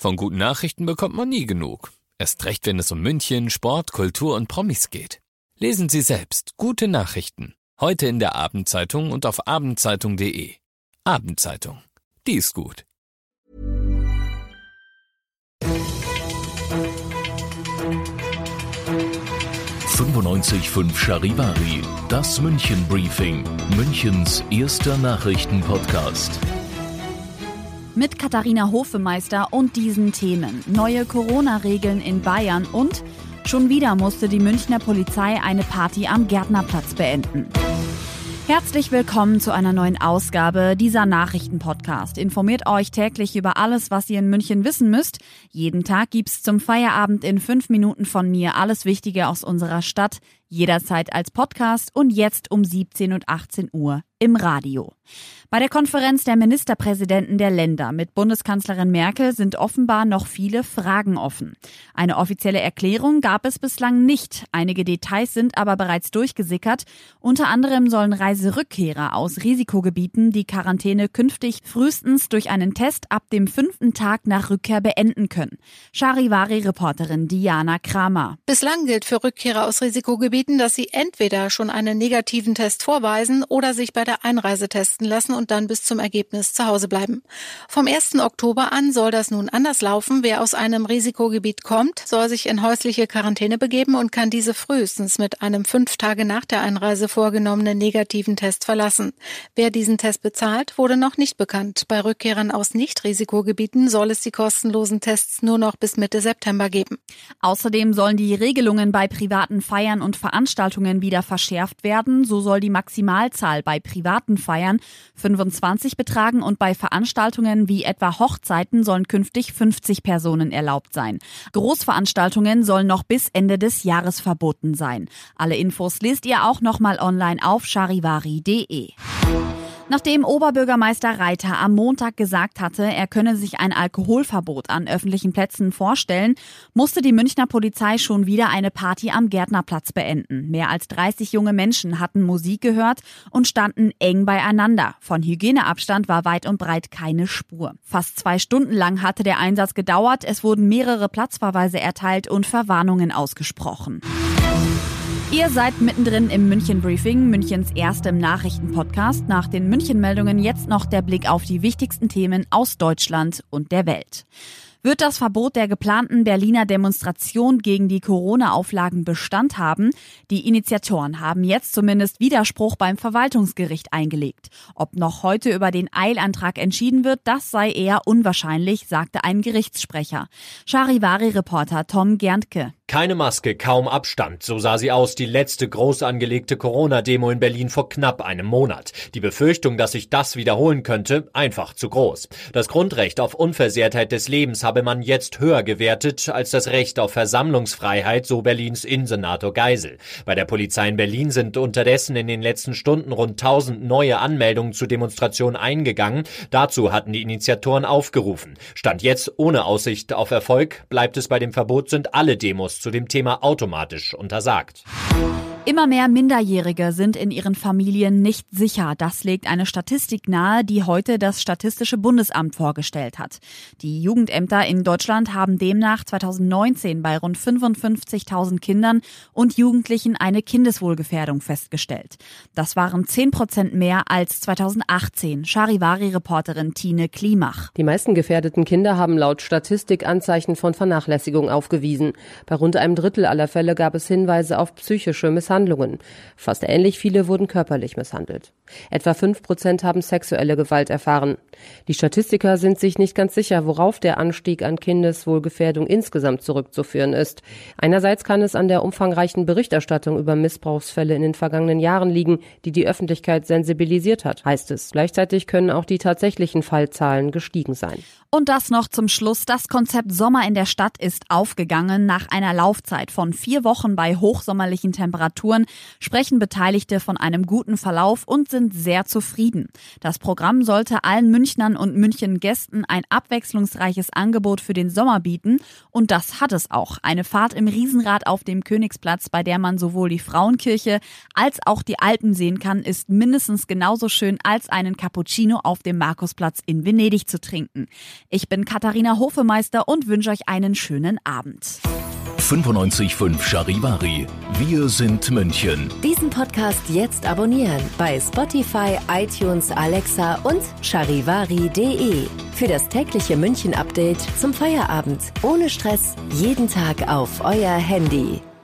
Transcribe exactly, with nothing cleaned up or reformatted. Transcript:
Von guten Nachrichten bekommt man nie genug. Erst recht, wenn es um München, Sport, Kultur und Promis geht. Lesen Sie selbst gute Nachrichten. Heute in der Abendzeitung und auf abendzeitung punkt de. Abendzeitung. Die ist gut. fünfundneunzig Komma fünf Charivari, das München Briefing, Münchens erster Nachrichtenpodcast. Mit Katharina Hofemeister und diesen Themen. Neue Corona-Regeln in Bayern und schon wieder musste die Münchner Polizei eine Party am Gärtnerplatz beenden. Herzlich willkommen zu einer neuen Ausgabe dieser Nachrichtenpodcast. Informiert euch täglich über alles, was ihr in München wissen müsst. Jeden Tag gibt's zum Feierabend in fünf Minuten von mir alles Wichtige aus unserer Stadt. Jederzeit als Podcast und jetzt um siebzehn und achtzehn Uhr im Radio. Bei der Konferenz der Ministerpräsidenten der Länder mit Bundeskanzlerin Merkel sind offenbar noch viele Fragen offen. Eine offizielle Erklärung gab es bislang nicht. Einige Details sind aber bereits durchgesickert. Unter anderem sollen Reiserückkehrer aus Risikogebieten die Quarantäne künftig frühestens durch einen Test ab dem fünften Tag nach Rückkehr beenden können. Charivari-Reporterin Diana Kramer. Bislang gilt für Rückkehrer aus Risikogebieten, dass sie entweder schon einen negativen Test vorweisen oder sich bei der Einreise testen lassen und dann bis zum Ergebnis zu Hause bleiben. Vom ersten Oktober an soll das nun anders laufen. Wer aus einem Risikogebiet kommt, soll sich in häusliche Quarantäne begeben und kann diese frühestens mit einem fünf Tage nach der Einreise vorgenommenen negativen Test verlassen. Wer diesen Test bezahlt, wurde noch nicht bekannt. Bei Rückkehrern aus Nicht-Risikogebieten soll es die kostenlosen Tests nur noch bis Mitte September geben. Außerdem sollen die Regelungen bei privaten Feiern und Veranstaltungen wieder verschärft werden. So soll die Maximalzahl bei privaten Feiern fünfundzwanzig betragen und bei Veranstaltungen wie etwa Hochzeiten sollen künftig fünfzig Personen erlaubt sein. Großveranstaltungen sollen noch bis Ende des Jahres verboten sein. Alle Infos lest ihr auch nochmal online auf charivari punkt de. Nachdem Oberbürgermeister Reiter am Montag gesagt hatte, er könne sich ein Alkoholverbot an öffentlichen Plätzen vorstellen, musste die Münchner Polizei schon wieder eine Party am Gärtnerplatz beenden. Mehr als dreißig junge Menschen hatten Musik gehört und standen eng beieinander. Von Hygieneabstand war weit und breit keine Spur. Fast zwei Stunden lang hatte der Einsatz gedauert. Es wurden mehrere Platzverweise erteilt und Verwarnungen ausgesprochen. Ihr seid mittendrin im München Briefing, Münchens erstem Nachrichtenpodcast. Nach den München-Meldungen jetzt noch der Blick auf die wichtigsten Themen aus Deutschland und der Welt. Wird das Verbot der geplanten Berliner Demonstration gegen die Corona-Auflagen Bestand haben? Die Initiatoren haben jetzt zumindest Widerspruch beim Verwaltungsgericht eingelegt. Ob noch heute über den Eilantrag entschieden wird, das sei eher unwahrscheinlich, sagte ein Gerichtssprecher. Charivari-Reporter Tom Gerntke. Keine Maske, kaum Abstand. So sah sie aus, die letzte groß angelegte Corona-Demo in Berlin vor knapp einem Monat. Die Befürchtung, dass sich das wiederholen könnte, einfach zu groß. Das Grundrecht auf Unversehrtheit des Lebens habe man jetzt höher gewertet als das Recht auf Versammlungsfreiheit, so Berlins Innensenator Geisel. Bei der Polizei in Berlin sind unterdessen in den letzten Stunden rund tausend neue Anmeldungen zu Demonstrationen eingegangen. Dazu hatten die Initiatoren aufgerufen. Stand jetzt ohne Aussicht auf Erfolg, bleibt es bei dem Verbot, sind alle Demos zu dem Thema automatisch untersagt. Immer mehr Minderjährige sind in ihren Familien nicht sicher. Das legt eine Statistik nahe, die heute das Statistische Bundesamt vorgestellt hat. Die Jugendämter in Deutschland haben demnach zweitausendneunzehn bei rund fünfundfünfzigtausend Kindern und Jugendlichen eine Kindeswohlgefährdung festgestellt. Das waren zehn Prozent mehr als zweitausendachtzehn. Charivari-Reporterin Tine Klimach. Die meisten gefährdeten Kinder haben laut Statistik Anzeichen von Vernachlässigung aufgewiesen. Bei rund einem Drittel aller Fälle gab es Hinweise auf psychische Misshandlungen. Fast ähnlich viele wurden körperlich misshandelt. Etwa fünf Prozent haben sexuelle Gewalt erfahren. Die Statistiker sind sich nicht ganz sicher, worauf der Anstieg an Kindeswohlgefährdung insgesamt zurückzuführen ist. Einerseits kann es an der umfangreichen Berichterstattung über Missbrauchsfälle in den vergangenen Jahren liegen, die die Öffentlichkeit sensibilisiert hat, heißt es. Gleichzeitig können auch die tatsächlichen Fallzahlen gestiegen sein. Und das noch zum Schluss. Das Konzept Sommer in der Stadt ist aufgegangen. Nach einer Laufzeit von vier Wochen bei hochsommerlichen Temperaturen sprechen Beteiligte von einem guten Verlauf und sind sind sehr zufrieden. Das Programm sollte allen Münchnern und München-Gästen ein abwechslungsreiches Angebot für den Sommer bieten. Und das hat es auch. Eine Fahrt im Riesenrad auf dem Königsplatz, bei der man sowohl die Frauenkirche als auch die Alpen sehen kann, ist mindestens genauso schön, als einen Cappuccino auf dem Markusplatz in Venedig zu trinken. Ich bin Katharina Hofemeister und wünsche euch einen schönen Abend. fünfundneunzig Komma fünf Charivari. Wir sind München. Diesen Podcast jetzt abonnieren bei Spotify, iTunes, Alexa und charivari punkt de. Für das tägliche München-Update zum Feierabend. Ohne Stress, jeden Tag auf euer Handy.